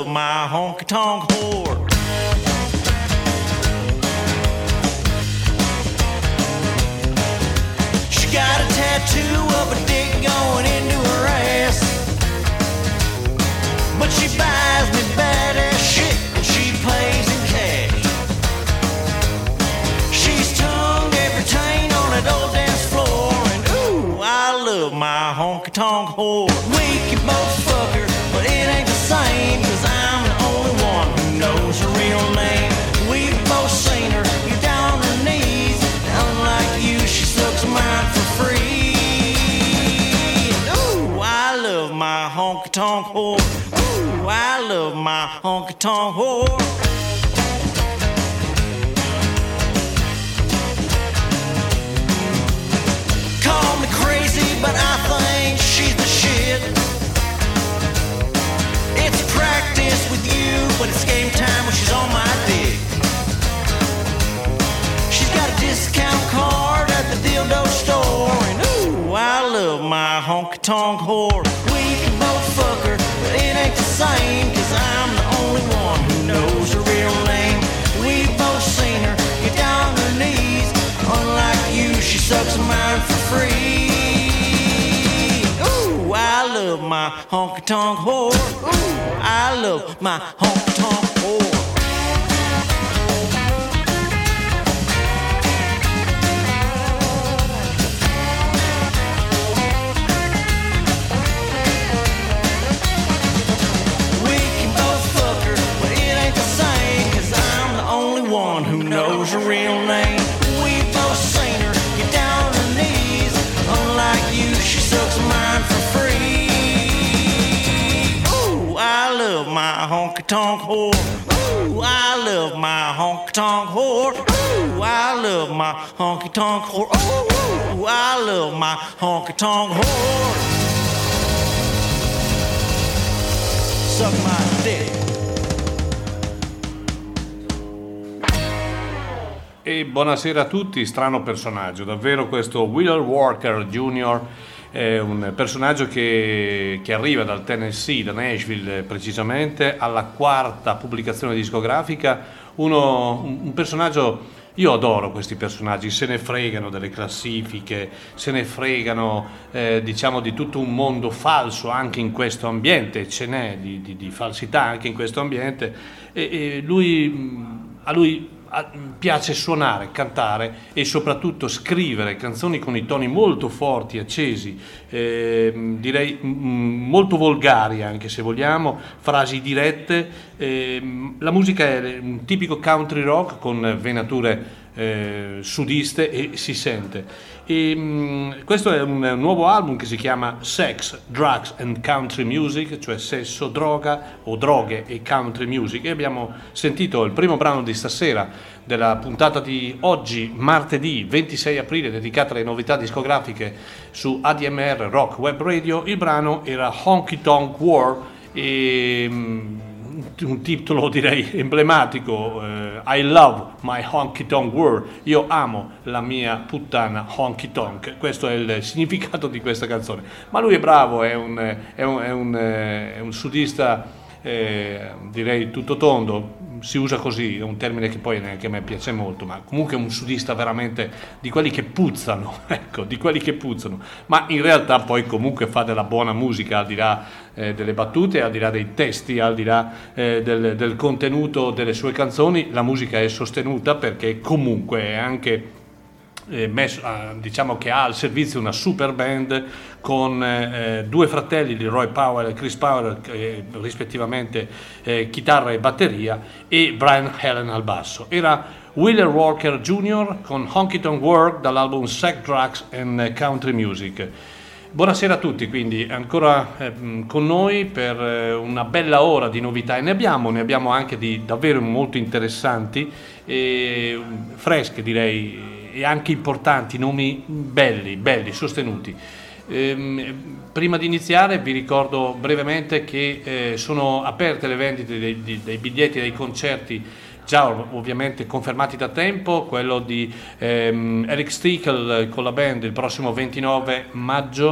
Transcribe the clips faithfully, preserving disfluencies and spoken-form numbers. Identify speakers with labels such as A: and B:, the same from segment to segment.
A: love my honky-tonk whore. She got a tattoo of a dick going into her ass, but she buys me badass shit and she pays in cash. She's tongued every taint on that old dance floor, and ooh, I love my honky-tonk whore. We can both fuck her, but it ain't the same, cause I'm the only one who knows her real name. We've both seen her get down on her knees, and unlike you, she sucks mine for free. And ooh, I love my honky-tonk whore. Ooh, I love my honky-tonk whore. Call me crazy, but I think she's the shit. It's practice with you, but it's game time when she's on my dick. She's got a discount card at the dildo store, and ooh, I love my honky-tonk whore. We can both fuck her, but it ain't the same, cause I'm the only one who knows her real name. We've both seen her get down on her knees, unlike you, she sucks mine for free. Ooh, I love my honky-tonk whore. Ooh, I love my honky-tonk whore. We can both fuck her, but it ain't the same, cause I'm the only one who knows her real name. We've both seen her get down on her knees, unlike you, she sucks mine for free. Ooh, I love my honky-tonk whore. Ooh, I love my honky-tonk whore. Ooh, I love my honky-tonk whore. Ooh, I love my honky-tonk whore. Suck my dick.
B: E buonasera a tutti, strano personaggio, davvero questo Wheeler Walker Junior è un personaggio che, che arriva dal Tennessee, da Nashville precisamente, alla quarta pubblicazione discografica, uno, un, un personaggio, io adoro questi personaggi, se ne fregano delle classifiche, se ne fregano eh, diciamo di tutto un mondo falso anche in questo ambiente, ce n'è di, di, di falsità anche in questo ambiente, e, e lui, a lui piace suonare, cantare e soprattutto scrivere canzoni con i toni molto forti, accesi, eh, direi m- molto volgari anche se vogliamo, frasi dirette. Eh, la musica è un tipico country rock con venature eh, sudiste e si sente. E, mh, questo è un, un nuovo album che si chiama Sex, Drugs and Country Music, cioè sesso, droga o droghe e country music, e abbiamo sentito il primo brano di stasera della puntata di oggi, martedì ventisei aprile, dedicata alle novità discografiche su A D M R Rock Web Radio. Il brano era Honky Tonk War e mh, un titolo direi emblematico, eh, I love my honky tonk world, io amo la mia puttana honky tonk, questo è il significato di questa canzone. Ma lui è bravo, è un, è un, è un, è un sudista eh, direi tutto tondo, si usa così, è un termine che poi neanche a me piace molto, ma comunque è un sudista veramente di quelli che puzzano, ecco, di quelli che puzzano, ma in realtà poi comunque fa della buona musica, al di là eh, delle battute, al di là dei testi, al di là eh, del, del contenuto delle sue canzoni. La musica è sostenuta perché comunque è anche eh, messo, eh, diciamo che ha al servizio una super band con eh, due fratelli di Roy Powell e Chris Powell, eh, rispettivamente eh, chitarra e batteria, e Brian Helen al basso. Era Wheeler Walker Junior con Honky Tonk World dall'album Sex, Drugs and Country Music. Buonasera a tutti, quindi ancora eh, con noi per eh, una bella ora di novità, e ne abbiamo, ne abbiamo anche di davvero molto interessanti e fresche direi, e anche importanti, nomi belli, belli, sostenuti. Ehm, prima di iniziare vi ricordo brevemente che eh, sono aperte le vendite dei, dei, dei biglietti dei concerti già ovviamente confermati da tempo, quello di ehm, Eric Stickel con la band il prossimo ventinove maggio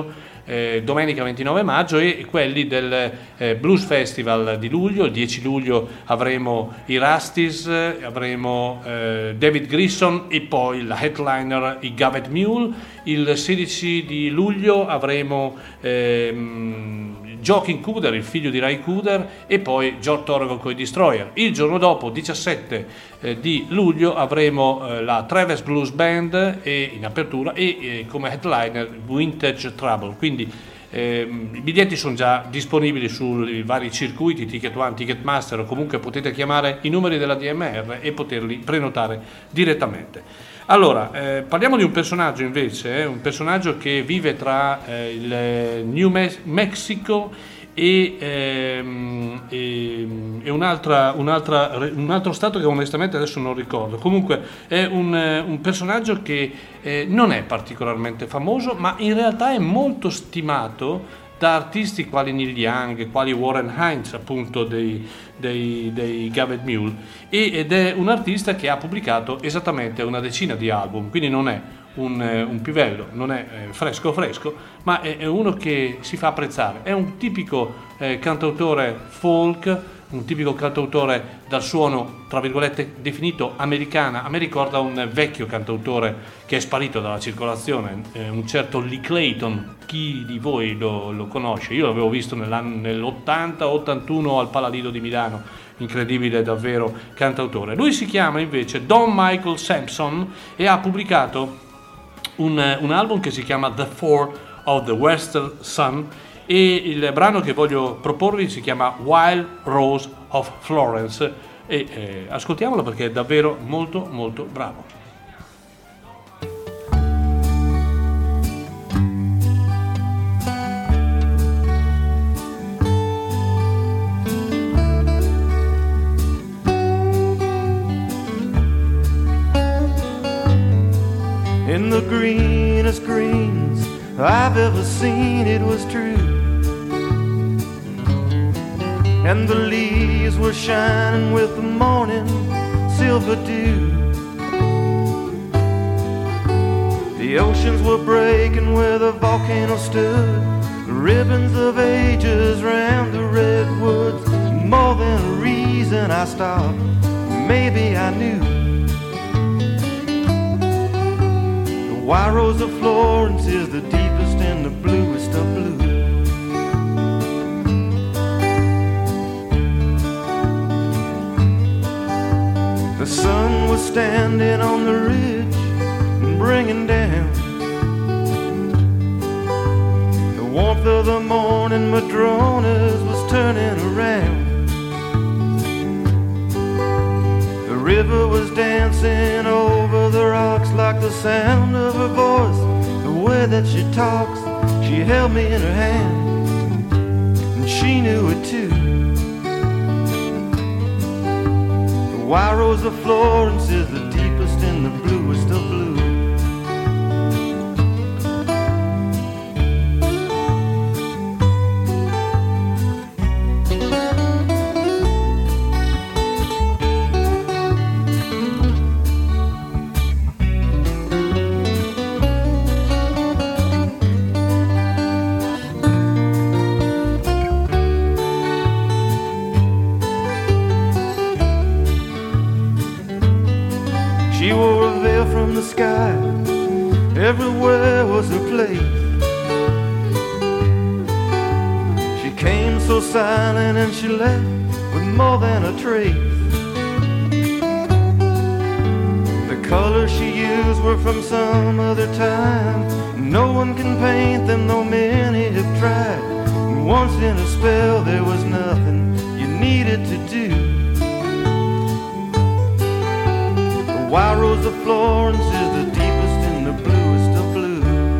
B: eh, domenica ventinove maggio, e quelli del eh, Blues Festival di luglio. Il dieci luglio avremo i Rusties, avremo eh, David Grissom e poi la headliner i Gavet Mule. Il sedici di luglio avremo ehm, Joaquin Cooder, il figlio di Ray Cooder, e poi George Thorogood con i Destroyer. Il giorno dopo, diciassette eh, di luglio, avremo eh, la Travis Blues Band e, in apertura, e eh, come headliner Vintage Trouble. Quindi ehm, i biglietti sono già disponibili sui vari circuiti, Ticket One, Ticketmaster, o comunque potete chiamare i numeri della D M R e poterli prenotare direttamente. Allora, eh, parliamo di un personaggio invece, eh, un personaggio che vive tra eh, il New Me- Mexico e, ehm, e, e un'altra, un'altra, un altro stato che onestamente adesso non ricordo. Comunque è un, un personaggio che eh, non è particolarmente famoso, ma in realtà è molto stimato da artisti quali Neil Young, quali Warren Hines, appunto dei, dei, dei Gavet Mule, ed è un artista che ha pubblicato esattamente una decina di album, quindi non è un, un pivello, non è eh, fresco fresco, ma è, è uno che si fa apprezzare. È un tipico eh, cantautore folk, un tipico cantautore dal suono, tra virgolette, definito americana. A me ricorda un vecchio cantautore che è sparito dalla circolazione, eh, un certo Lee Clayton. Chi di voi lo, lo conosce? Io l'avevo visto nell'ottanta ottantuno al Palalido di Milano, incredibile davvero cantautore. Lui si chiama invece Don Michael Sampson e ha pubblicato un, un album che si chiama The Four of the Western Sun, e il brano che voglio proporvi si chiama Wild Rose of Florence, e eh, ascoltiamolo perché è davvero molto molto bravo.
C: In the greenest greens I've ever seen, it was true. And the leaves were shining with the morning silver dew. The oceans were breaking where the volcano stood. The ribbons of ages round the redwoods. More than a reason I stopped, maybe I knew. The white rose of Florence is the deepest and the bluest of blue. The sun was standing on the ridge and bringing down the warmth of the morning. Madrona's was turning around. The river was dancing over the rocks like the sound of her voice. The way that she talks, she held me in her hand, and she knew it too. The white rose of Florence is the deepest and the bluest of blue. She wore a veil from the sky, everywhere was her place. She came so silent and she left with more than a trace. The colors she used were from some other time. No one can paint them, though many have tried. And once in a spell there was nothing you needed to do. The white rose of Florence is the deepest and the bluest of blue.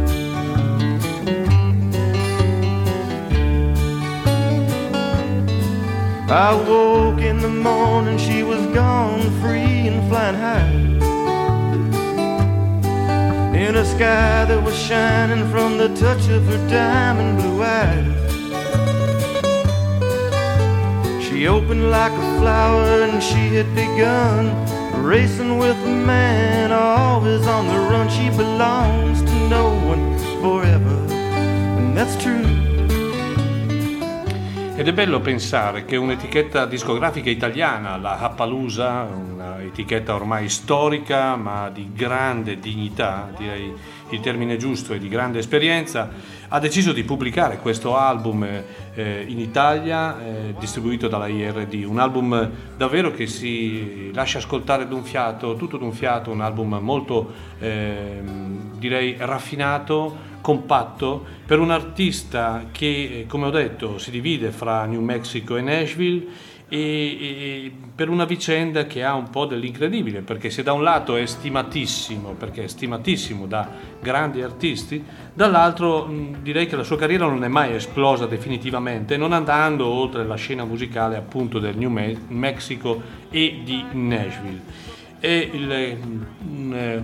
C: I woke in the morning, she was gone, free and flying high, in a sky that was shining from the touch of her diamond blue eyes. She opened like a flower and she had begun racing with a man, always on the run. She belongs to no one forever, and that's true.
B: Ed è bello pensare che un'etichetta discografica italiana, la Appaloosa, un'etichetta ormai storica ma di grande dignità, direi il termine giusto, e di grande esperienza, ha deciso di pubblicare questo album eh, in Italia, eh, distribuito dalla I R D, un album davvero che si lascia ascoltare d'un fiato, tutto d'un fiato, un album molto eh, direi raffinato, compatto, per un artista che, come ho detto, si divide fra New Mexico e Nashville, e, e per una vicenda che ha un po' dell'incredibile, perché se da un lato è stimatissimo, perché è stimatissimo da grandi artisti, dall'altro mh, direi che la sua carriera non è mai esplosa definitivamente, non andando oltre la scena musicale appunto del New Me- Mexico e di Nashville. È il, un,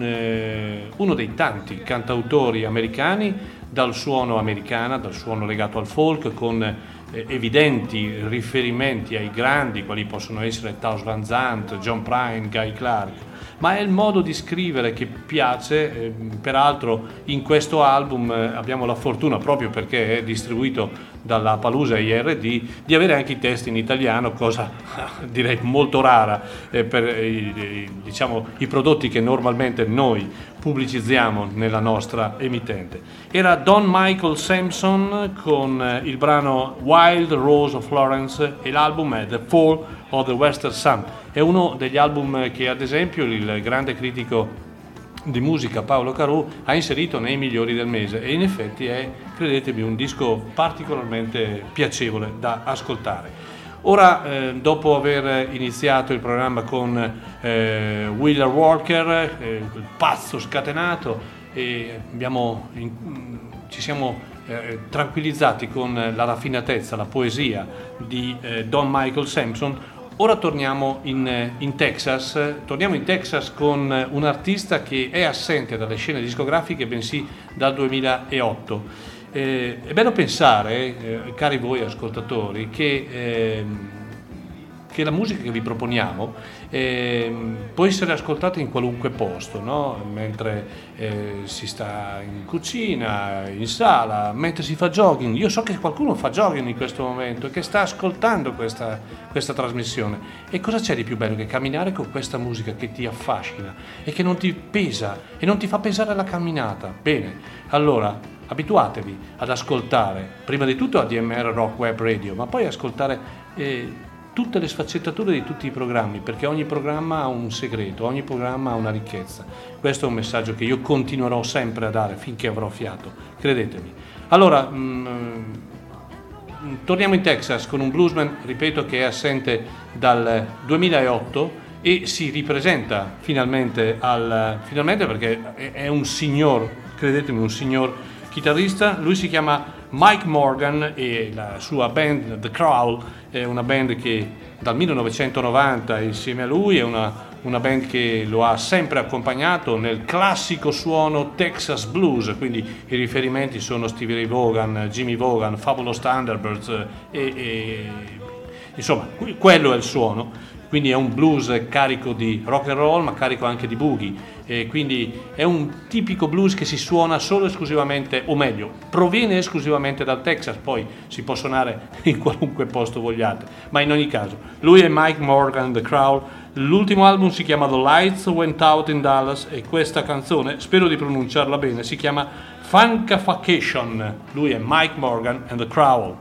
B: un, uno dei tanti cantautori americani dal suono americana, dal suono legato al folk, con eh, evidenti riferimenti ai grandi, quali possono essere Townes Van Zandt, John Prine, Guy Clark, ma è il modo di scrivere che piace. Eh, peraltro in questo album eh, abbiamo la fortuna, proprio perché è distribuito dalla Appaloosa I R D, di avere anche i testi in italiano, cosa direi molto rara eh, per i, diciamo, i prodotti che normalmente noi pubblicizziamo nella nostra emittente. Era Don Michael Sampson con eh, il brano Wild Rose of Florence, e l'album è The Fall of the Western Sun. È uno degli album che ad esempio il grande critico di musica Paolo Carù ha inserito nei migliori del mese, e in effetti è, credetemi, un disco particolarmente piacevole da ascoltare. Ora, eh, dopo aver iniziato il programma con eh, Wheeler Walker, eh, il pazzo scatenato, e abbiamo, in, ci siamo eh, tranquillizzati con la raffinatezza, la poesia di eh, Don Michael Sampson. Ora torniamo in, in Texas, torniamo in Texas con un artista che è assente dalle scene discografiche, bensì dal duemilaotto. Eh, è bello pensare, eh, cari voi ascoltatori, che, eh, che la musica che vi proponiamo eh, può essere ascoltata in qualunque posto, no? Mentre eh, si sta in cucina, in sala, mentre si fa jogging. Io so che qualcuno fa jogging in questo momento e che sta ascoltando questa, questa trasmissione. E cosa c'è di più bello che camminare con questa musica che ti affascina e che non ti pesa e non ti fa pesare la camminata? Bene, allora abituatevi ad ascoltare prima di tutto A D M R Rock Web Radio, ma poi ascoltare eh, tutte le sfaccettature di tutti i programmi, perché ogni programma ha un segreto, ogni programma ha una ricchezza. Questo è un messaggio che io continuerò sempre a dare finché avrò fiato, credetemi. Allora, mh, torniamo in Texas con un bluesman, ripeto, che è assente dal duemilaotto e si ripresenta finalmente, al, finalmente perché è, è un signor, credetemi, un signor chitarrista. Lui si chiama Mike Morgan e la sua band The Crawl è una band che dal millenovecentonovanta insieme a lui è una, una band che lo ha sempre accompagnato nel classico suono Texas Blues, quindi i riferimenti sono Stevie Ray Vaughan, Jimmy Vaughan, Fabulous Thunderbirds e, e insomma quello è il suono. Quindi è un blues carico di rock and roll, ma carico anche di boogie, e quindi è un tipico blues che si suona solo esclusivamente, o meglio, proviene esclusivamente dal Texas, poi si può suonare in qualunque posto vogliate, ma in ogni caso, lui è Mike Morgan, The Crawl. L'ultimo album si chiama The Lights Went Out in Dallas e questa canzone, spero di pronunciarla bene, si chiama Funkafacation. Lui è Mike Morgan and The Crawl.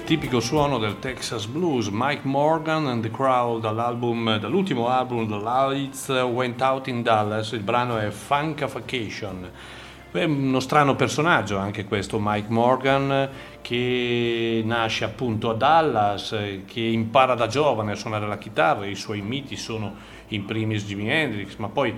B: tipico suono del Texas Blues, Mike Morgan and the Crowd, dall'album, dall'ultimo album The Lights Went Out in Dallas. Il brano è Funkification. È uno strano personaggio anche questo Mike Morgan, che nasce appunto a Dallas, che impara da giovane a suonare la chitarra. I suoi miti sono in primis Jimi Hendrix, ma poi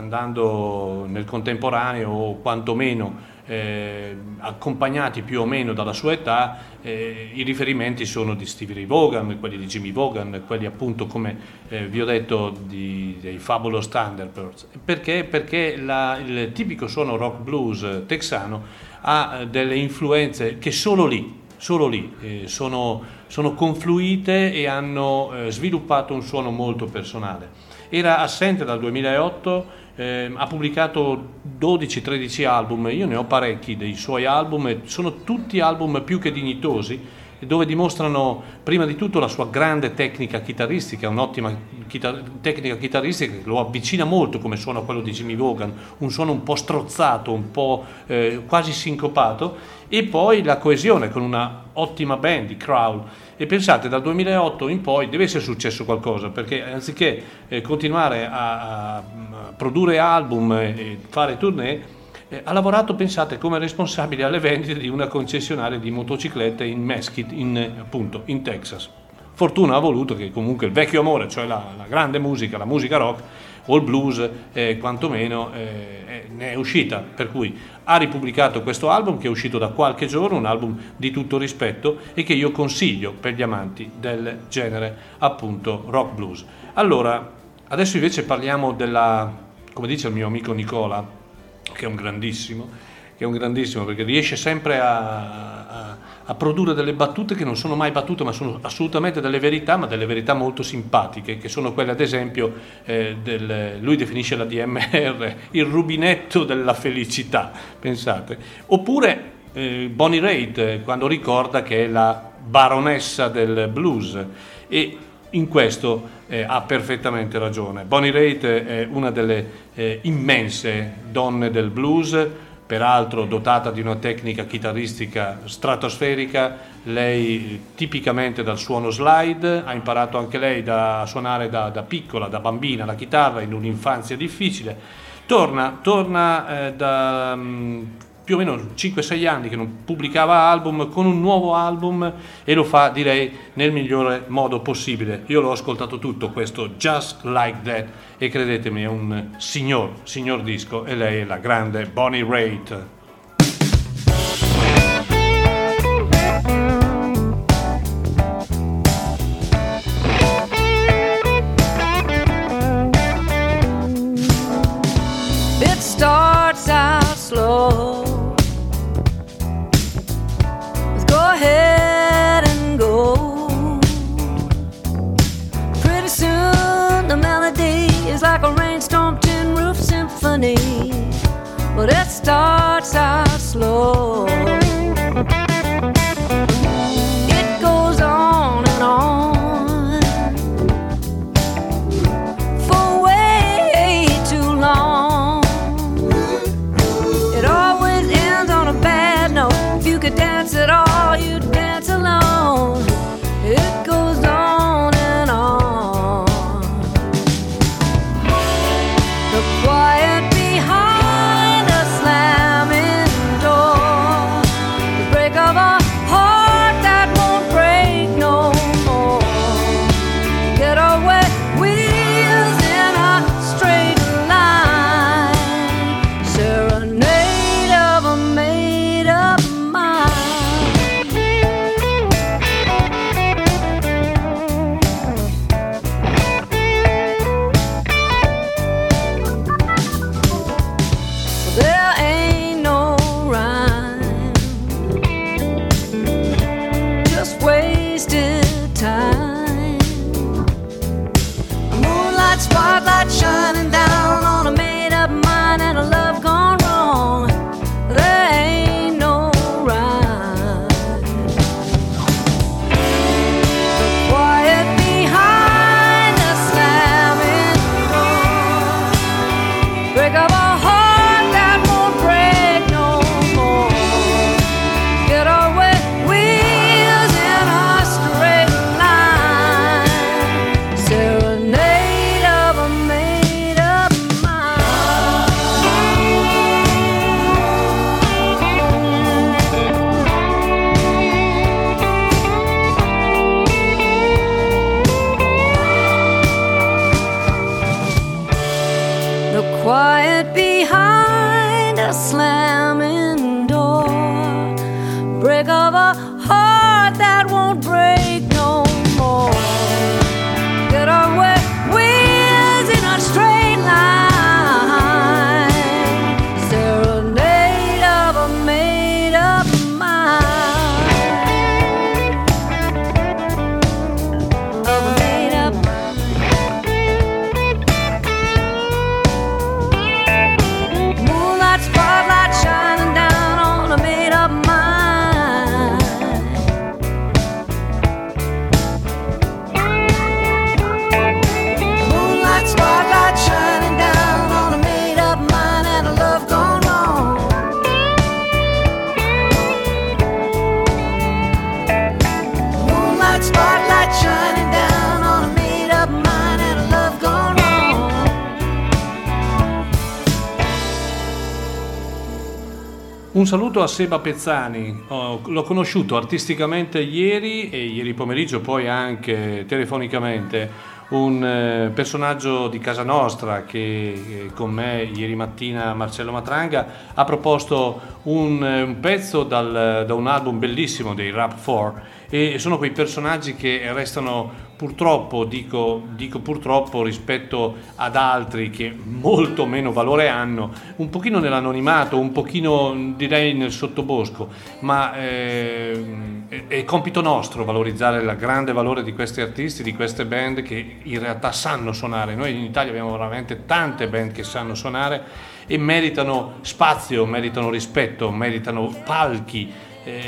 B: andando nel contemporaneo o quantomeno eh, accompagnati più o meno dalla sua età, eh, i riferimenti sono di Stevie Ray Vaughan, quelli di Jimmy Vaughan, quelli appunto, come eh, vi ho detto, di, dei Fabulous Thunderbirds. Perché? Perché la, il tipico suono rock blues texano ha delle influenze che solo lì, solo lì eh, sono, sono confluite e hanno eh, sviluppato un suono molto personale. Era assente dal duemilaotto, eh, ha pubblicato dodici tredici album, io ne ho parecchi dei suoi album, sono tutti album più che dignitosi, dove dimostrano prima di tutto la sua grande tecnica chitarristica, un'ottima chitar- tecnica chitarristica che lo avvicina molto come suono a quello di Jimmy Vaughan, un suono un po' strozzato, un po' eh, quasi sincopato, e poi la coesione con una ottima band di Crowd. E pensate, dal duemilaotto in poi deve essere successo qualcosa, perché anziché eh, continuare a, a produrre album e fare tournée, eh, ha lavorato, pensate, come responsabile alle vendite di una concessionaria di motociclette in Mesquite, in, appunto, in Texas. Fortuna ha voluto che comunque il vecchio amore, cioè la, la grande musica, la musica rock o il blues, eh, quantomeno eh, ne è uscita, per cui ha ripubblicato questo album che è uscito da qualche giorno, un album di tutto rispetto e che io consiglio per gli amanti del genere, appunto, rock blues. Allora, adesso invece parliamo della, come dice il mio amico Nicola, che è un grandissimo, che è un grandissimo perché riesce sempre a, a, a produrre delle battute che non sono mai battute, ma sono assolutamente delle verità, ma delle verità molto simpatiche, che sono quelle, ad esempio, eh, del, lui definisce la D M R il rubinetto della felicità, pensate. Oppure eh, Bonnie Raitt, eh, quando ricorda che è la baronessa del blues, e in questo eh, ha perfettamente ragione. Bonnie Raitt è una delle eh, immense donne del blues, peraltro dotata di una tecnica chitarristica stratosferica. Lei tipicamente dal suono slide, ha imparato anche lei da, a suonare da, da piccola, da bambina, la chitarra in un'infanzia difficile. Torna, torna eh, da um, più o meno cinque sei anni che non pubblicava album, con un nuovo album, e lo fa, direi, nel migliore modo possibile. Io l'ho ascoltato tutto questo Just Like That e credetemi è un signor, signor disco, e lei è la grande Bonnie Raitt.
D: It starts out slow. Go ahead and go. Pretty soon the melody is like a rainstorm tin roof symphony. But it starts out slow. It goes on and on for way too long. It always ends on a bad note. If you could dance at all, you'd dance alone. It goes on and on. The quiet behind a slamming door, the break of a heart that won't break no more. Getaway wheels in a straight line, serenade of a made-up mind. There ain't no rhyme, just wasted time. A moonlight spotlight shining down on a made-up mind and a love gone wrong. slamming door. Break of a heart that won't break no more. Get away wheels in a straight line. Serenade of a made up mind. Of a made up moonlight spotlight shining down on a made up mind. Moonlight spotlight shining down on a made up mind and a love gone wrong. Moonlight spotlight shining down on a made up mind and a love gone wrong.
B: Un saluto a Seba Pezzani, oh, l'ho conosciuto artisticamente ieri e ieri pomeriggio poi anche telefonicamente, un eh, personaggio di casa nostra che eh, con me ieri mattina, Marcello Matranga, ha proposto un, eh, un pezzo dal, da un album bellissimo dei Rap quattro, e sono quei personaggi che restano purtroppo, dico, dico purtroppo rispetto ad altri che molto meno valore hanno, un pochino nell'anonimato, un pochino direi nel sottobosco, ma eh, è, è compito nostro valorizzare il grande valore di questi artisti, di queste band che in realtà sanno suonare. Noi in Italia abbiamo veramente tante band che sanno suonare e meritano spazio, meritano rispetto, meritano palchi.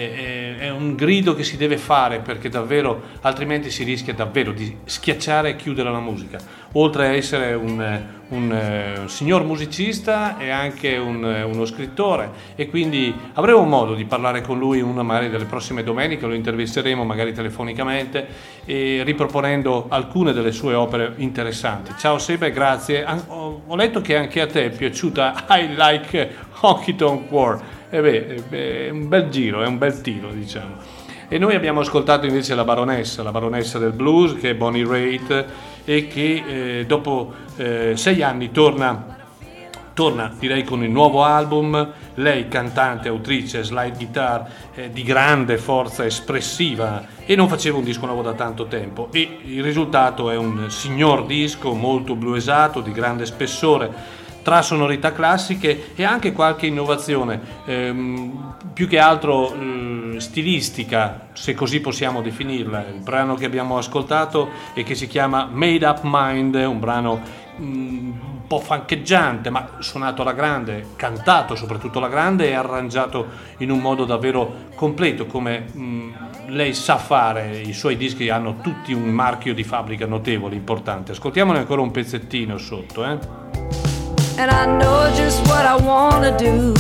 B: È un grido che si deve fare, perché davvero altrimenti si rischia davvero di schiacciare e chiudere la musica. Oltre a essere un, un, un signor musicista, è anche un, uno scrittore, e quindi avremo modo di parlare con lui una magari delle prossime domeniche, lo intervisteremo magari telefonicamente e riproponendo alcune delle sue opere interessanti. Ciao Sebe, grazie. Ho letto che anche a te è piaciuta I Like Honky Tonk War. E beh, è un bel giro, è un bel tiro, diciamo. E noi abbiamo ascoltato invece la baronessa, la baronessa del blues, che è Bonnie Raitt, e che eh, dopo eh, sei anni torna, torna direi con il nuovo album. Lei cantante, autrice, slide guitar eh, di grande forza espressiva, e non faceva un disco nuovo da tanto tempo, e il risultato è un signor disco molto bluesato, di grande spessore, tra sonorità classiche e anche qualche innovazione, ehm, più che altro eh, stilistica, se così possiamo definirla. Il brano che abbiamo ascoltato e che si chiama Made Up Mind è un brano mh, un po' fancheggiante, ma suonato alla grande, cantato soprattutto alla grande e arrangiato in un modo davvero completo, come mh, lei sa fare. I suoi dischi hanno tutti un marchio di fabbrica notevole, importante. Ascoltiamone ancora un pezzettino sotto, eh.
D: And I know just what I wanna do,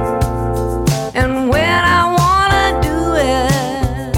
D: and when I wanna do it.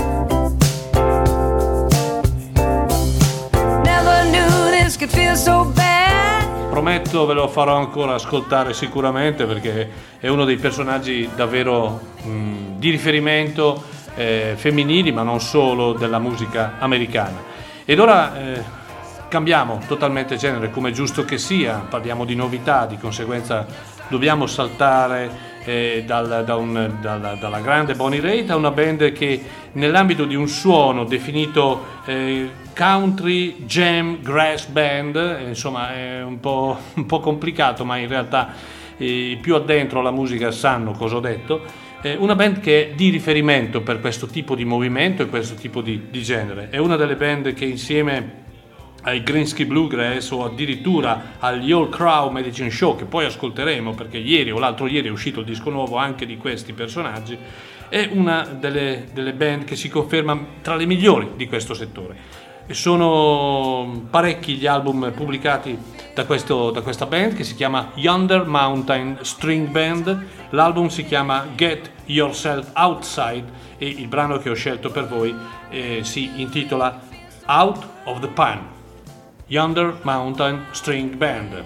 D: Never knew this could feel so bad.
B: Prometto, ve lo farò ancora ascoltare sicuramente, perché è uno dei personaggi davvero mh, di riferimento eh, femminili, ma non solo, della musica americana. Ed ora eh, cambiamo totalmente genere, come è giusto che sia, parliamo di novità, di conseguenza dobbiamo saltare eh, dal, da un, dalla, dalla grande Bonnie Raitt a una band che nell'ambito di un suono definito eh, country jam grass band, eh, insomma è un po', un po' complicato, ma in realtà eh, più addentro alla musica sanno cosa ho detto. Eh, una band che è di riferimento per questo tipo di movimento e questo tipo di, di genere. È una delle band che insieme ai Greensky Bluegrass o addirittura agli All Crow Medicine Show, che poi ascolteremo perché ieri o l'altro ieri è uscito il disco nuovo anche di questi personaggi, è una delle, delle band che si conferma tra le migliori di questo settore. E sono parecchi gli album pubblicati da, questo, da questa band, che si chiama Yonder Mountain String Band. L'album si chiama Get Yourself Outside e il brano che ho scelto per voi eh, si intitola Out of the Pan. Yonder Mountain String Band.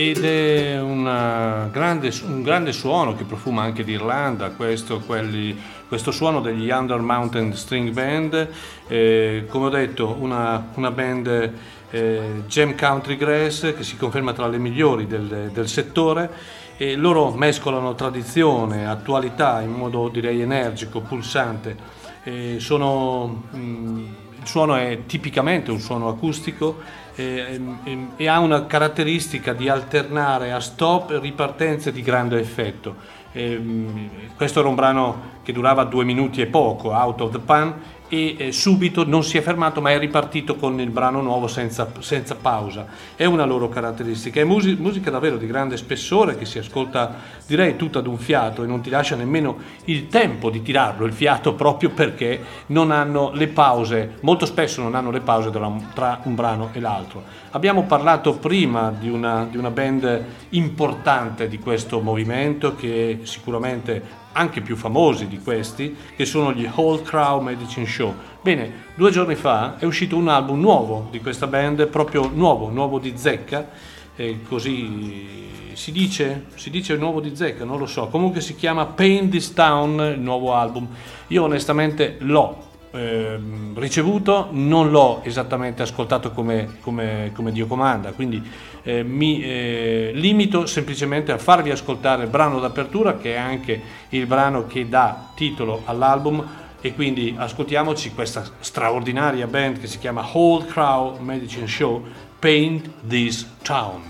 B: ed è una grande, un grande suono che profuma anche d'Irlanda, questo, quelli, questo suono degli Under Mountain String Band, eh, come ho detto una, una band eh, jam country grass che si conferma tra le migliori del, del settore, e loro mescolano tradizione, attualità in modo direi energico, pulsante, e sono, mh, il suono è tipicamente un suono acustico e, e, e ha una caratteristica di alternare a stop e ripartenze di grande effetto. E, mh, questo era un brano che durava due minuti e poco, Out of the Pan, e eh, subito non si è fermato ma è ripartito con il brano nuovo senza, senza pausa. È una loro caratteristica, è musica, musica davvero di grande spessore che si ascolta direi tutta ad un fiato e non ti lascia nemmeno il tempo di tirarlo il fiato, proprio perché non hanno le pause, molto spesso non hanno le pause tra un, tra un brano e l'altro. Abbiamo parlato prima di una, di una band importante di questo movimento, che è sicuramente anche più famosi di questi, che sono gli Whole Crow Medicine Show. Bene, due giorni fa è uscito un album nuovo di questa band, proprio nuovo, nuovo di zecca, eh, così si dice, si dice nuovo di zecca, non lo so, comunque si chiama Paint This Town, il nuovo album. Io onestamente l'ho eh, ricevuto, non l'ho esattamente ascoltato come, come, come Dio comanda, quindi eh, mi eh, limito semplicemente a farvi ascoltare il brano d'apertura, che è anche il brano che dà titolo all'album, e quindi ascoltiamoci questa straordinaria band che si chiama Whole Crow Medicine Show, Paint This Town.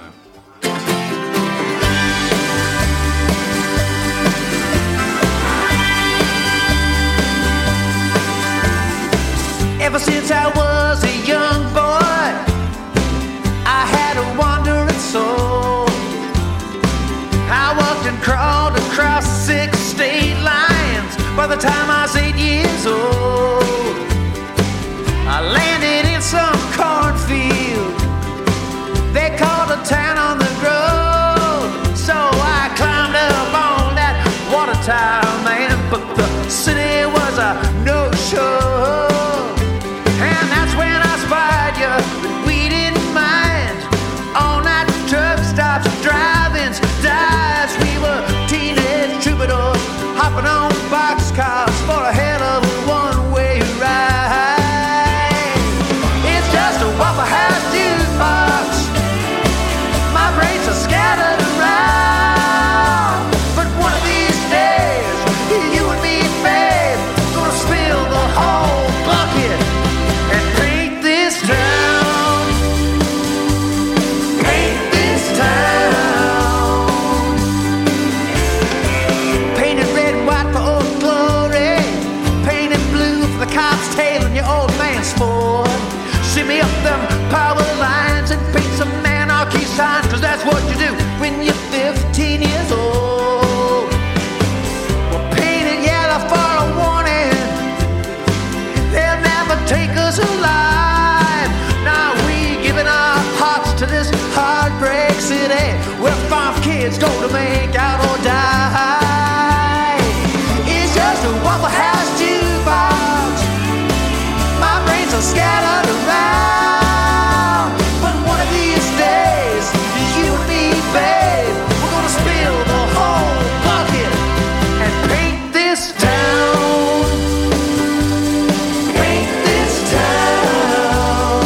E: Ever since I was a young boy, I had a wandering soul. I walked and crawled across six state lines by the time I was eight years old. I landed in some cornfield they called a town on the road. So I climbed up on that water tower, man, but the city was a no-show. And that's when I spied you, but we didn't mind. All night truck stops, drive-ins, dives. We were teenage troubadours, hopping on boxcars for a hell of a one-way ride. It's just a Waffle House jukebox. My brains are scattered around. But one of these days, you and me, babe, gonna spill the whole bucket and paint this town, paint this town. Painted red and white for Old Glory, painted blue for the cop's tail and your old man's Ford. Shimmy up them power lines and paint some anarchy signs, 'cause that's what you do when you're fifteen years old. Well, paint it yellow for a warning, they'll never take us alive. Now we giving our hearts to this heartbreak city, where farm kids go to make out or die. It's just a Waffle House jukebox. My brains are scattered around. But one of these days, you and me, babe, we're gonna spill the whole bucket and paint this town. Paint this town.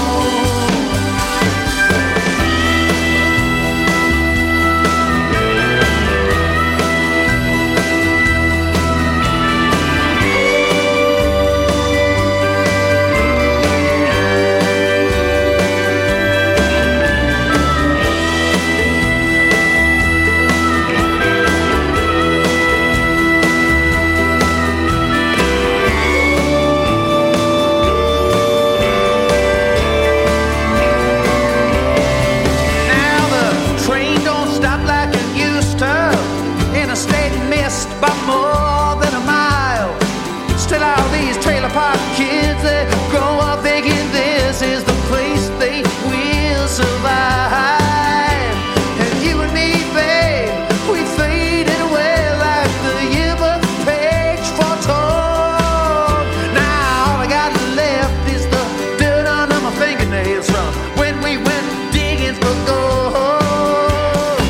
E: Now the train don't stop like it used to. Interstate missed by more than a mile. Still all these trailer park kids, they grow up thinking this is the place they will survive. And you and me, babe, we faded away like the year the page foretold. Now all I got left is the dirt under my fingernails from when we went digging for gold.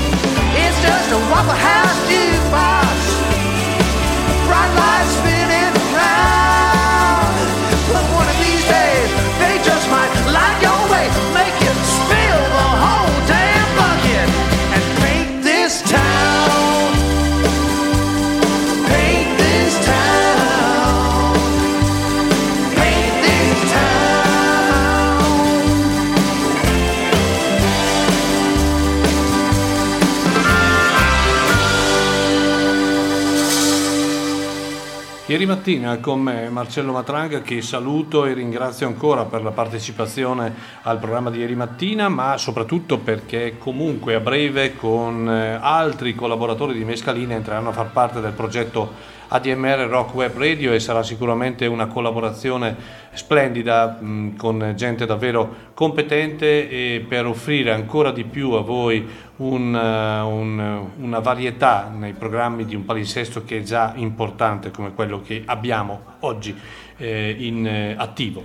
B: Ieri mattina con me Marcello Matranga, che saluto e ringrazio ancora per la partecipazione al programma di ieri mattina, ma soprattutto perché comunque a breve con altri collaboratori di Mescalina entreranno a far parte del progetto A D M R Rock Web Radio, e sarà sicuramente una collaborazione splendida mh, con gente davvero competente, e per offrire ancora di più a voi un, uh, un, una varietà nei programmi di un palinsesto che è già importante come quello che abbiamo oggi eh, in eh, attivo.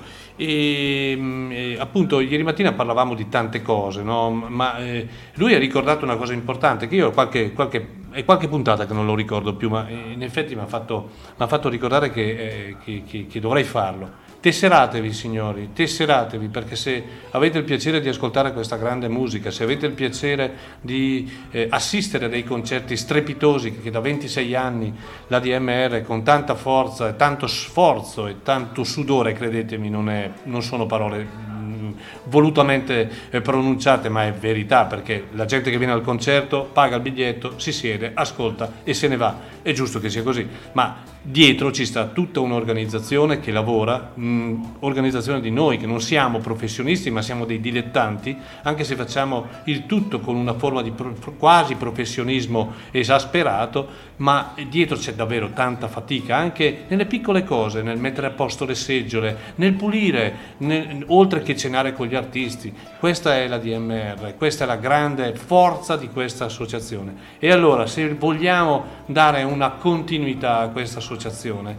B: E, e appunto ieri mattina parlavamo di tante cose, no? Ma eh, lui ha ricordato una cosa importante che io qualche, qualche è qualche puntata che non lo ricordo più, ma in effetti mi ha fatto, mi ha fatto ricordare che, eh, che, che, che dovrei farlo. Tesseratevi, signori, tesseratevi, perché se avete il piacere di ascoltare questa grande musica, se avete il piacere di eh, assistere a dei concerti strepitosi che da ventisei anni l'A D M R con tanta forza e tanto sforzo e tanto sudore, credetemi, non, è, non sono parole volutamente pronunciate, ma è verità, perché la gente che viene al concerto paga il biglietto, si siede, ascolta e se ne va. È giusto che sia così, ma dietro ci sta tutta un'organizzazione che lavora, mh, organizzazione di noi che non siamo professionisti ma siamo dei dilettanti, anche se facciamo il tutto con una forma di pro- quasi professionismo esasperato, ma dietro c'è davvero tanta fatica anche nelle piccole cose, nel mettere a posto le seggiole, nel pulire, nel, oltre che cenare con gli artisti. Questa è la D M R, questa è la grande forza di questa associazione. E allora, se vogliamo dare una continuità a questa associazione,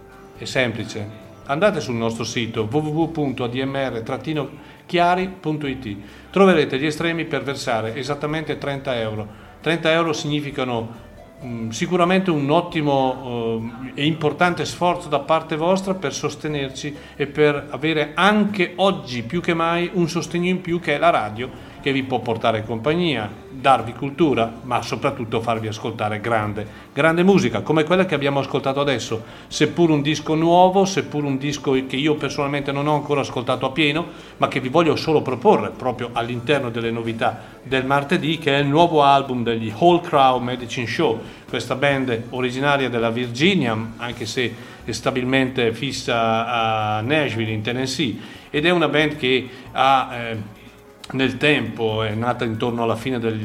B: è semplice: andate sul nostro sito w w w punto a d m r chiari punto i t, troverete gli estremi per versare esattamente trenta euro. trenta euro significano mh, sicuramente un ottimo uh, e importante sforzo da parte vostra per sostenerci e per avere anche oggi più che mai un sostegno in più, che è la radio, che vi può portare compagnia, darvi cultura, ma soprattutto farvi ascoltare grande, grande musica, come quella che abbiamo ascoltato adesso, seppur un disco nuovo, seppur un disco che io personalmente non ho ancora ascoltato a pieno, ma che vi voglio solo proporre proprio all'interno delle novità del martedì, che è il nuovo album degli Whole Crow Medicine Show, questa band originaria della Virginia, anche se è stabilmente fissa a Nashville in Tennessee, ed è una band che ha eh, nel tempo, è nata intorno alla fine del,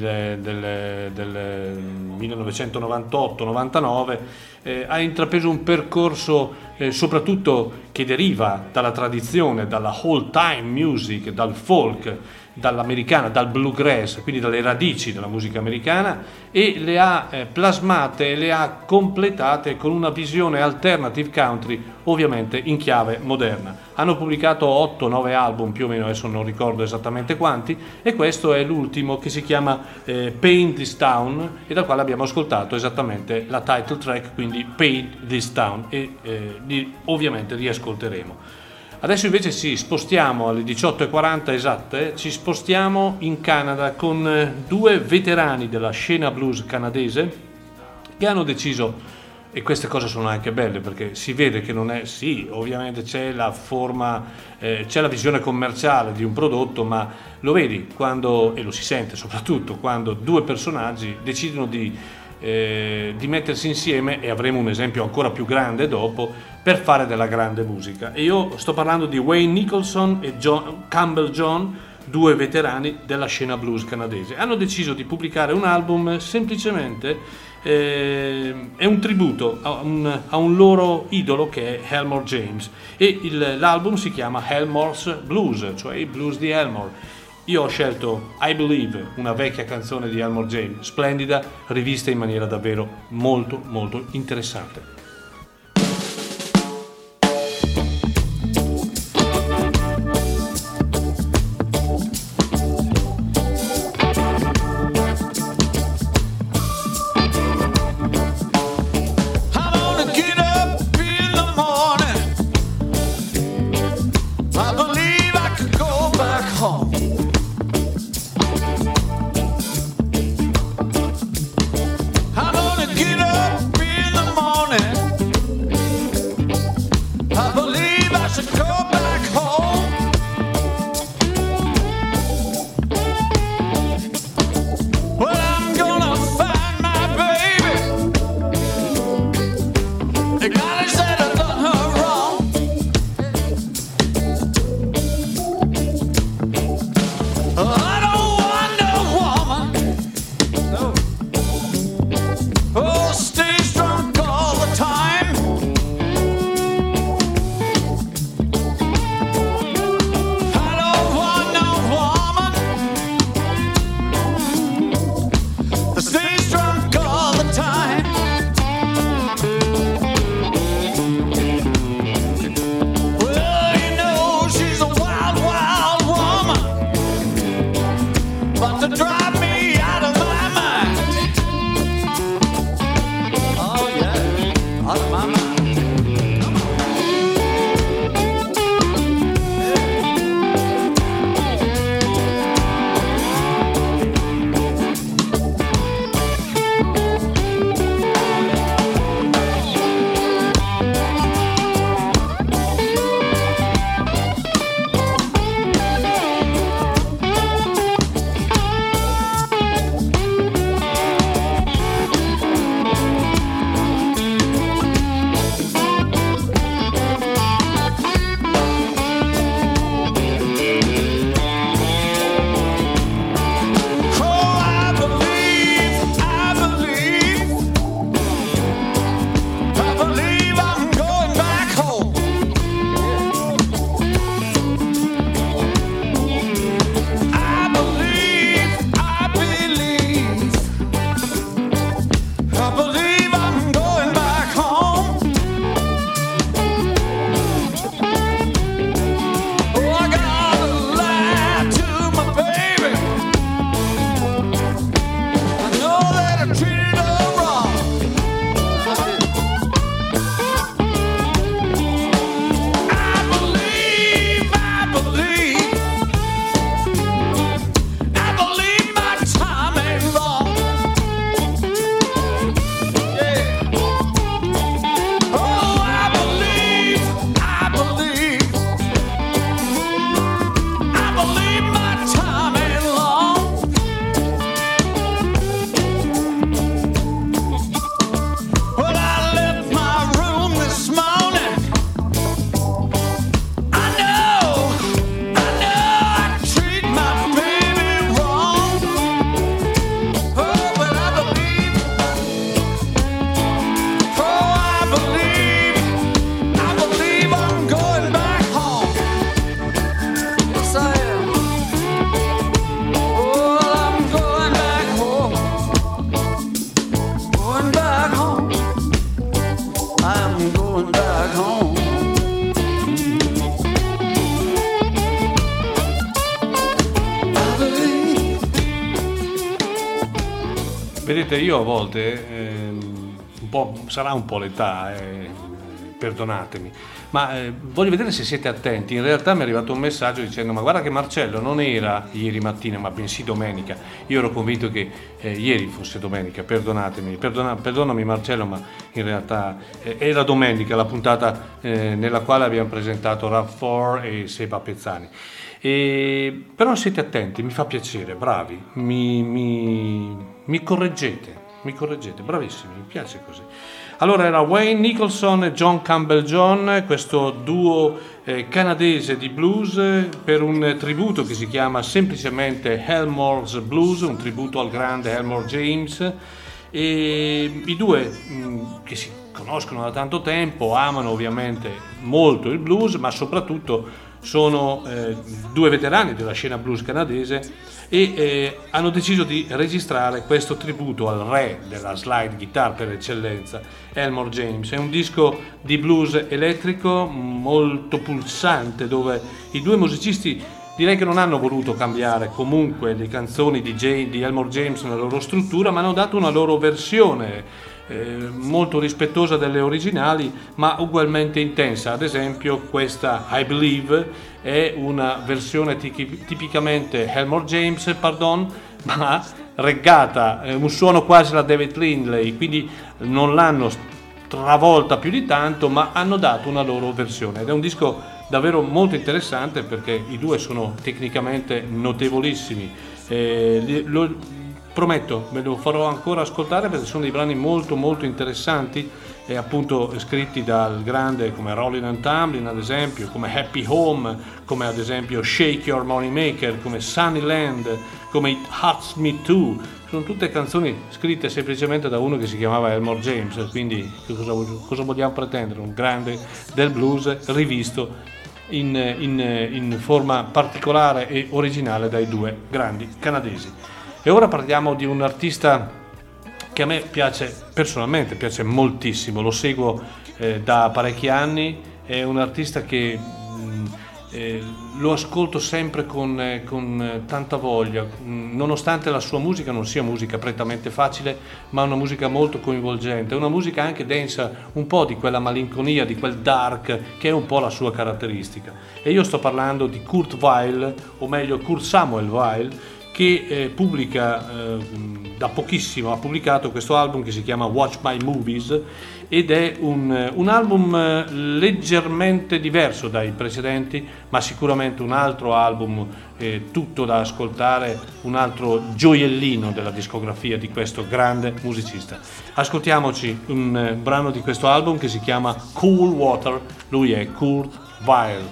B: del, del millenovecentonovantotto novantanove, eh, ha intrapreso un percorso eh, soprattutto che deriva dalla tradizione, dalla old time music, dal folk, dall'americana, dal bluegrass, quindi dalle radici della musica americana, e le ha eh, plasmate e le ha completate con una visione alternative country, ovviamente in chiave moderna. Hanno pubblicato otto nove album più o meno, adesso non ricordo esattamente quanti, e questo è l'ultimo, che si chiama eh, Paint This Town, e dal quale abbiamo ascoltato esattamente la title track, quindi Paint This Town, e eh, li, ovviamente riascolteremo. Adesso invece ci spostiamo alle diciotto e quaranta esatte, ci spostiamo in Canada con due veterani della scena blues canadese che hanno deciso, e queste cose sono anche belle perché si vede che non è, sì, ovviamente c'è la forma, eh, c'è la visione commerciale di un prodotto, ma lo vedi quando, e lo si sente soprattutto quando due personaggi decidono di Eh, di mettersi insieme, e avremo un esempio ancora più grande dopo, per fare della grande musica. E io sto parlando di Wayne Nicholson e John, Campbell John, due veterani della scena blues canadese. Hanno deciso di pubblicare un album semplicemente, eh, è un tributo a un, a un loro idolo che è Elmore James, e il, l'album si chiama Elmore's Blues, cioè i blues di Elmore. Io ho scelto I Believe, una vecchia canzone di Elmore James, splendida, rivista in maniera davvero molto molto interessante.
E: Get up in the morning. back home.
B: Vedete, io a volte, ehm, un po', sarà un po' l'età, eh, perdonatemi, ma eh, voglio vedere se siete attenti. In realtà mi è arrivato un messaggio dicendo: ma guarda che Marcello non era ieri mattina, ma bensì domenica. Io ero convinto che eh, ieri fosse domenica, perdonatemi, perdona, perdonami Marcello, ma in realtà eh, era domenica la puntata eh, nella quale abbiamo presentato Rav four e Seba Pezzani. E, però siete attenti, mi fa piacere, bravi, mi, mi, mi correggete, mi correggete, bravissimi, mi piace così. Allora era Wayne Nicholson e John Campbell John, questo duo eh, canadese di blues, per un tributo che si chiama semplicemente Elmore's Blues, un tributo al grande Elmore James. E i due mh, che si conoscono da tanto tempo amano ovviamente molto il blues, ma soprattutto sono eh, due veterani della scena blues canadese e eh, hanno deciso di registrare questo tributo al re della slide guitar per eccellenza, Elmore James. È un disco di blues elettrico molto pulsante, dove i due musicisti direi che non hanno voluto cambiare comunque le canzoni di, Jay, di Elmore James nella loro struttura, ma hanno dato una loro versione eh, molto rispettosa delle originali, ma ugualmente intensa. Ad esempio questa I Believe è una versione tipi, tipicamente Elmore James, pardon, ma reggata, eh, un suono quasi alla David Lindley, quindi non l'hanno travolta più di tanto, ma hanno dato una loro versione, ed è un disco davvero molto interessante perché i due sono tecnicamente notevolissimi. Eh, lo prometto, ve lo farò ancora ascoltare perché sono dei brani molto molto interessanti, e appunto scritti dal grande come Rollin' and Tumbling ad esempio, come Happy Home, come ad esempio Shake Your Money Maker, come Sunnyland, come It Hurts Me Too. Sono tutte canzoni scritte semplicemente da uno che si chiamava Elmore James, quindi cosa, cosa vogliamo pretendere? Un grande del blues rivisto in, in, in forma particolare e originale dai due grandi canadesi. E ora parliamo di un artista che a me piace personalmente, piace moltissimo, lo seguo eh, da parecchi anni, è un artista che mh, eh, lo ascolto sempre con, eh, con tanta voglia, mh, nonostante la sua musica non sia musica prettamente facile, ma una musica molto coinvolgente, una musica anche densa, un po' di quella malinconia, di quel dark che è un po' la sua caratteristica. E io sto parlando di Kurt Weill, o meglio Kurt Samuel Weill, che eh, pubblica eh, da pochissimo, ha pubblicato questo album che si chiama Watch My Movies, ed è un, un album eh, leggermente diverso dai precedenti, ma sicuramente un altro album eh, tutto da ascoltare, un altro gioiellino della discografia di questo grande musicista. Ascoltiamoci un eh, brano di questo album che si chiama Cool Water, lui è Kurt Weill.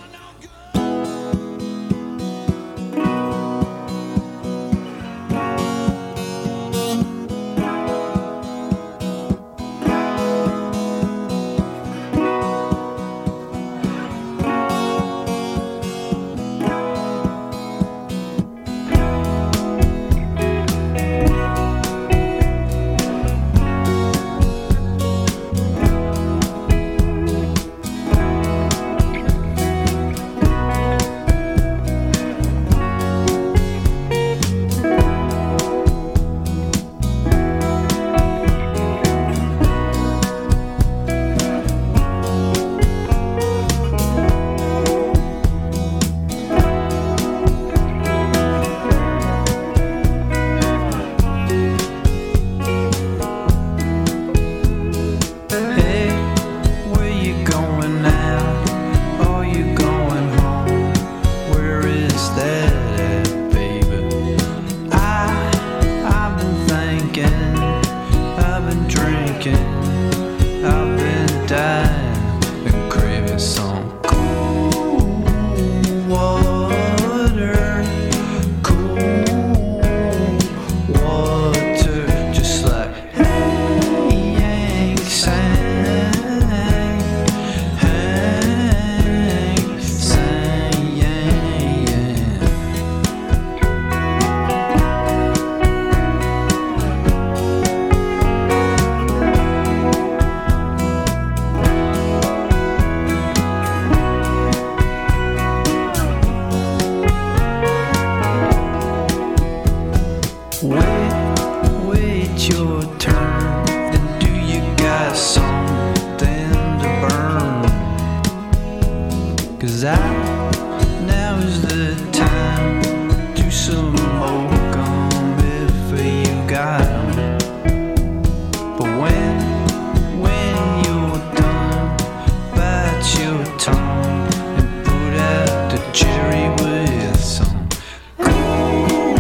F: 'cause I, now is the time, do some more gum if you got 'em. But when, when you're done, bite your tongue and put out the cherry with some cool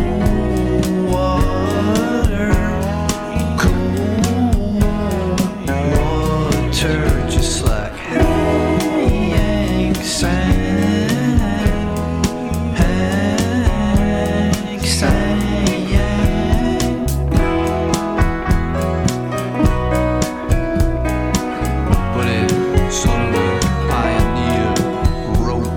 F: water, cool water, just like Hank sang, Hank sang. But it sort of a pioneer rope.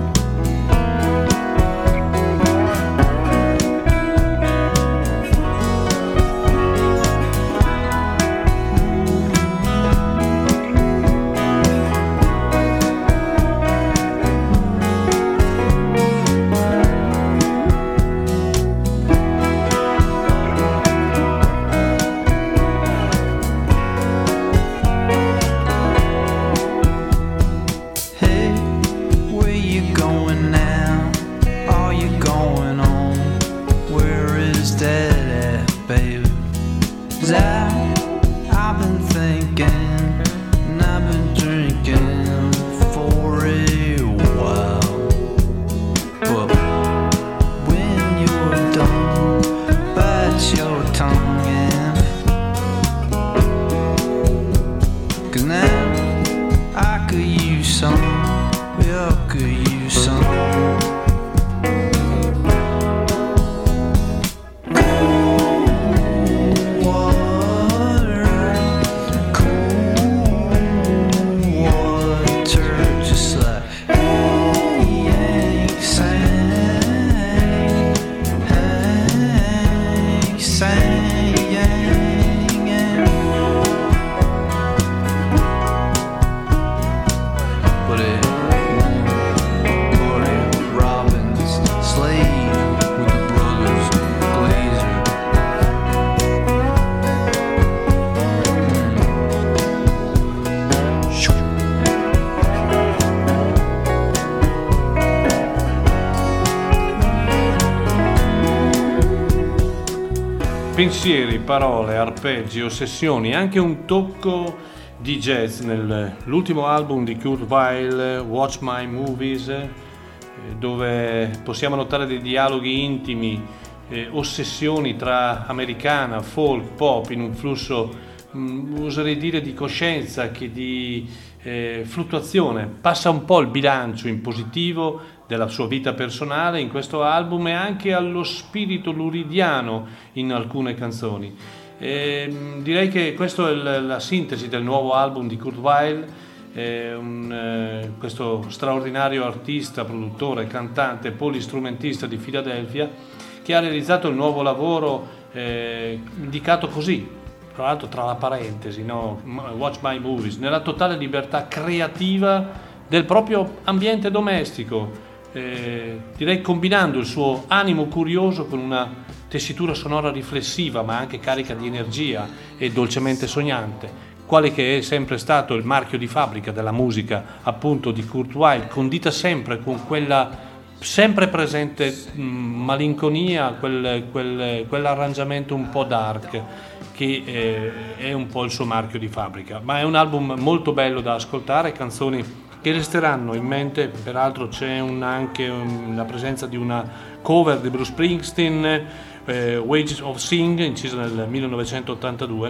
F: Hey, where you going now? Are you going on? Where is that at, babe? 'Cause I, I've been thinking, and I've been drinking for a while. But when you're done, bite your tongue and 'cause now I could use some, we all could use some. Cool water, cool water, just like Hank sang, Hank sang. But it won't, but it Robbins Slade with the brothers Glazer.
B: Pensieri, parole, arpeggi, ossessioni, anche un tocco di jazz nell'ultimo album di Kurt Weill, Watch My Movies, eh, dove possiamo notare dei dialoghi intimi, eh, ossessioni tra americana, folk, pop, in un flusso, mh, oserei dire, di coscienza che di eh, fluttuazione. Passa un po' il bilancio in positivo della sua vita personale in questo album e anche allo spirito luridiano in alcune canzoni. E direi che questa è la, la sintesi del nuovo album di Kurt Weill, eh, un, eh, questo straordinario artista, produttore, cantante, polistrumentista di Filadelfia, che ha realizzato il nuovo lavoro eh, indicato così, tra l'altro tra la parentesi, no? Watch My Movies, nella totale libertà creativa del proprio ambiente domestico, eh, direi combinando il suo animo curioso con una tessitura sonora riflessiva ma anche carica di energia e dolcemente sognante, quale che è sempre stato il marchio di fabbrica della musica appunto di Kurt Weill, condita sempre con quella sempre presente mh, malinconia, quel, quel, quell'arrangiamento un po' dark che eh, è un po' il suo marchio di fabbrica, ma è un album molto bello da ascoltare, canzoni che resteranno in mente. Peraltro c'è un, anche un, la presenza di una cover di Bruce Springsteen, eh, Wages of Sing, incisa nel millenovecentottantadue,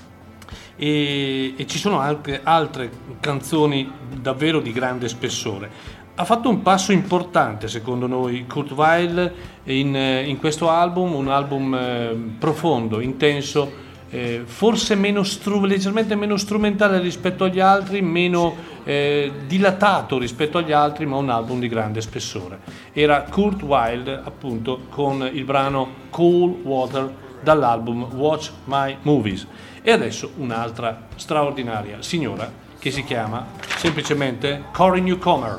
B: e, e ci sono anche altre canzoni davvero di grande spessore. Ha fatto un passo importante secondo noi Kurt Weill in, in questo album, un album eh, profondo, intenso, eh, forse meno stru- leggermente meno strumentale rispetto agli altri, meno eh, dilatato rispetto agli altri, ma un album di grande spessore. Era Kurt Weill appunto con il brano Cool Water dall'album Watch My Movies. E adesso un'altra straordinaria signora che si chiama semplicemente Cory Newcomer.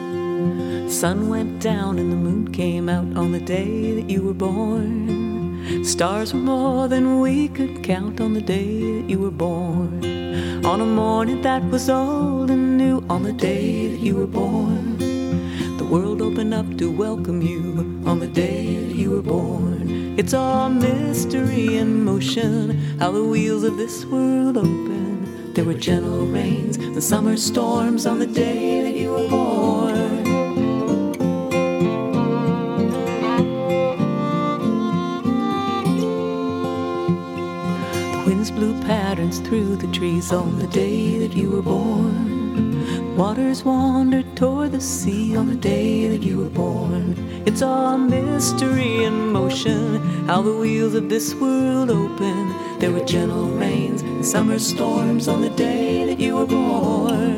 G: Sun went down and the moon came out on the day that you were born. Stars were more than we could count on the day that you were born. On a morning that was old and new, on the day that you were born. The world opened up to welcome you on the day that you were born. It's all mystery and motion, how the wheels of this world open. There were gentle rains and summer storms on the day that you were born. Blew patterns through the trees on the day that you were born. Waters wandered toward the sea on the day that you were born. It's all mystery and motion, how the wheels of this world open. There were gentle rains and summer storms on the day that you were born.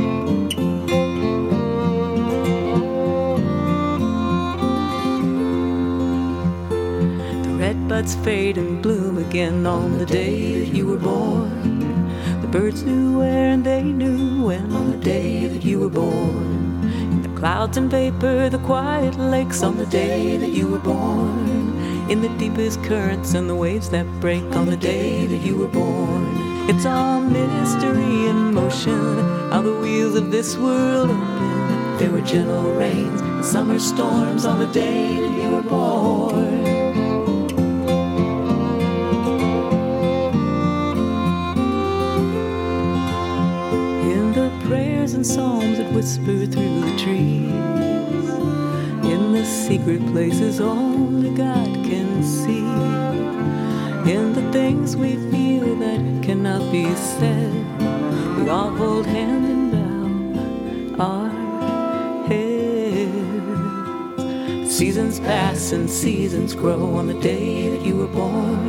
G: Buds fade and bloom again on the day that you were born. The birds knew where and they knew when on the day that you were born. In the clouds and vapor, the quiet lakes on the day that you were born. In the deepest currents and the waves that break on the day that you were born. It's all mystery and motion, how the wheels of this world open. There were gentle rains and summer storms on the day that you were born. Prayers and psalms that whisper through the trees, in the secret places only God can see, in the things we feel that cannot be said, we all hold hand and bow our heads. Seasons pass and seasons grow on the day that you were born.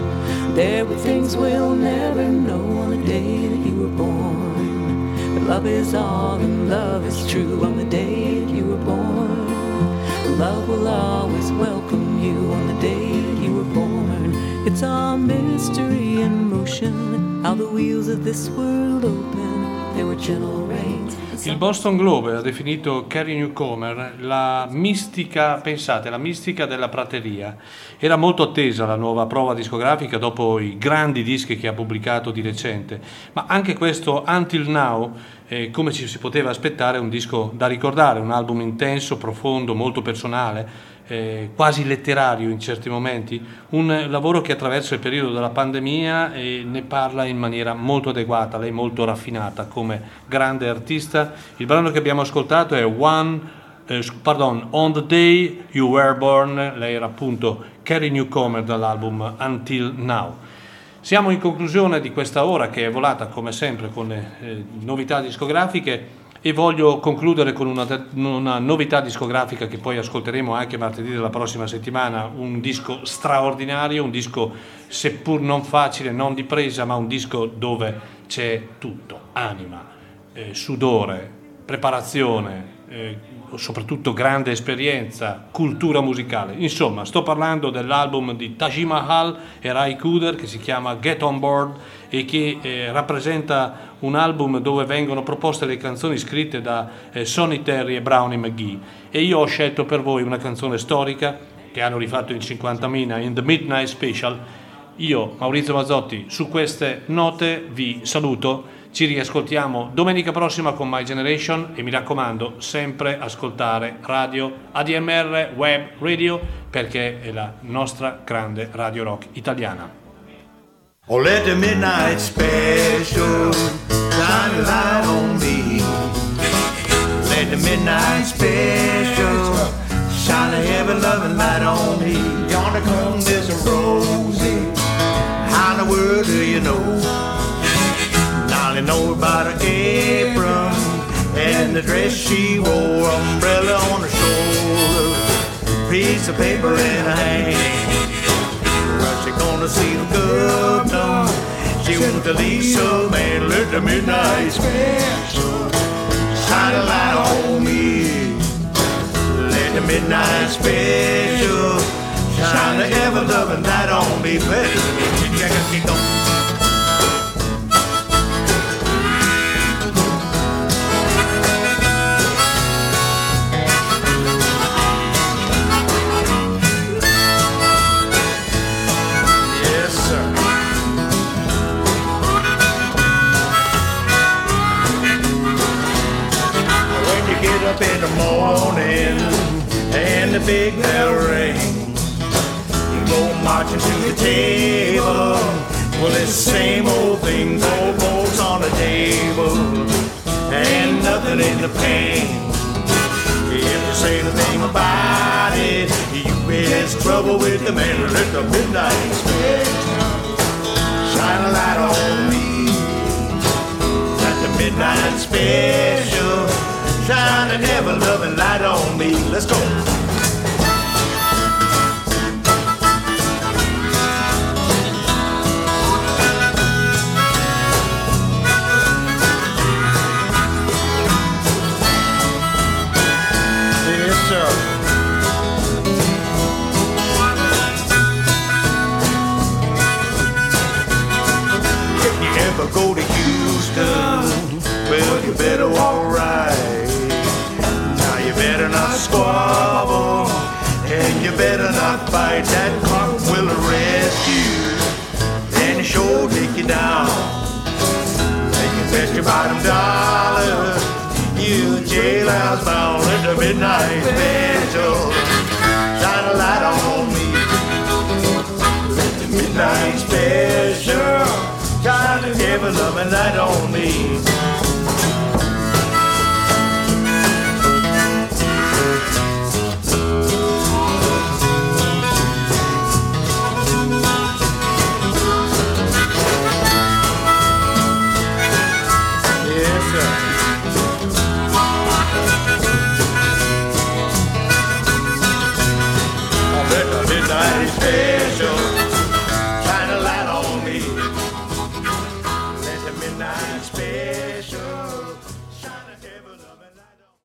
G: There were things we'll never know on the day that you were born. Love is all and love is true on the day that you were born. Love will always welcome you on the day that you were born. It's all mystery and motion, how the wheels of this world open. There were gentle rains.
B: Il Boston Globe ha definito Carrie Newcomer la mistica, pensate, la mistica della prateria. Era molto attesa la nuova prova discografica dopo i grandi dischi che ha pubblicato di recente, ma anche questo Until Now, eh, come ci si poteva aspettare, è un disco da ricordare, un album intenso, profondo, molto personale, Eh, quasi letterario in certi momenti, un lavoro che attraverso il periodo della pandemia eh, ne parla in maniera molto adeguata, lei molto raffinata come grande artista. Il brano che abbiamo ascoltato è One, eh, pardon, On the Day You Were Born, lei era appunto Carrie Newcomer dall'album Until Now. Siamo in conclusione di questa ora che è volata come sempre con le eh, novità discografiche. E voglio concludere con una, una novità discografica che poi ascolteremo anche martedì della prossima settimana, un disco straordinario, un disco seppur non facile, non di presa, ma un disco dove c'è tutto, anima, eh, sudore, preparazione, eh, soprattutto grande esperienza, cultura musicale. Insomma, sto parlando dell'album di Taj Mahal e Ry Cooder che si chiama Get On Board e che eh, rappresenta un album dove vengono proposte le canzoni scritte da eh, Sonny Terry e Brownie McGhee, e io ho scelto per voi una canzone storica che hanno rifatto in cinquantamila in The Midnight Special. Io, Maurizio Mazzotti, su queste note vi saluto. Ci riascoltiamo domenica prossima con My Generation e mi raccomando sempre ascoltare radio A D M R Web Radio perché è la nostra grande radio rock italiana.
E: Oh, let the midnight special shine a light on me. Let the midnight special shine a heavy loving light on me. Yonder comes Miss Rosie. How in the world do you know? Now I know about her apron and the dress she wore, umbrella on her shoulder, piece of paper in her hand. She gonna see the governor. She wants to leave some man. Let the midnight special shine a light on me. Let the midnight special shine a ever loving light on me. Better kick on.
A: big bell rings, you go marching to the table. Well, it's the same old thing, old folks on the table, ain't nothing in the pain. If you say the thing about it, you has trouble with the man who lit the midnight special. Shine a light on me, at the midnight special. Shine an ever-loving light on me. Let's go. Go to Houston, well, you better walk right. Now you better not squabble, and you better not fight. That clock will arrest you, and sure take you down. They can fetch you by them dollars, you jailhouse bound at the midnight special. Shine a light on me, at the midnight special. Shine an ever-loving light on me. Yes, sir. On that midnight special.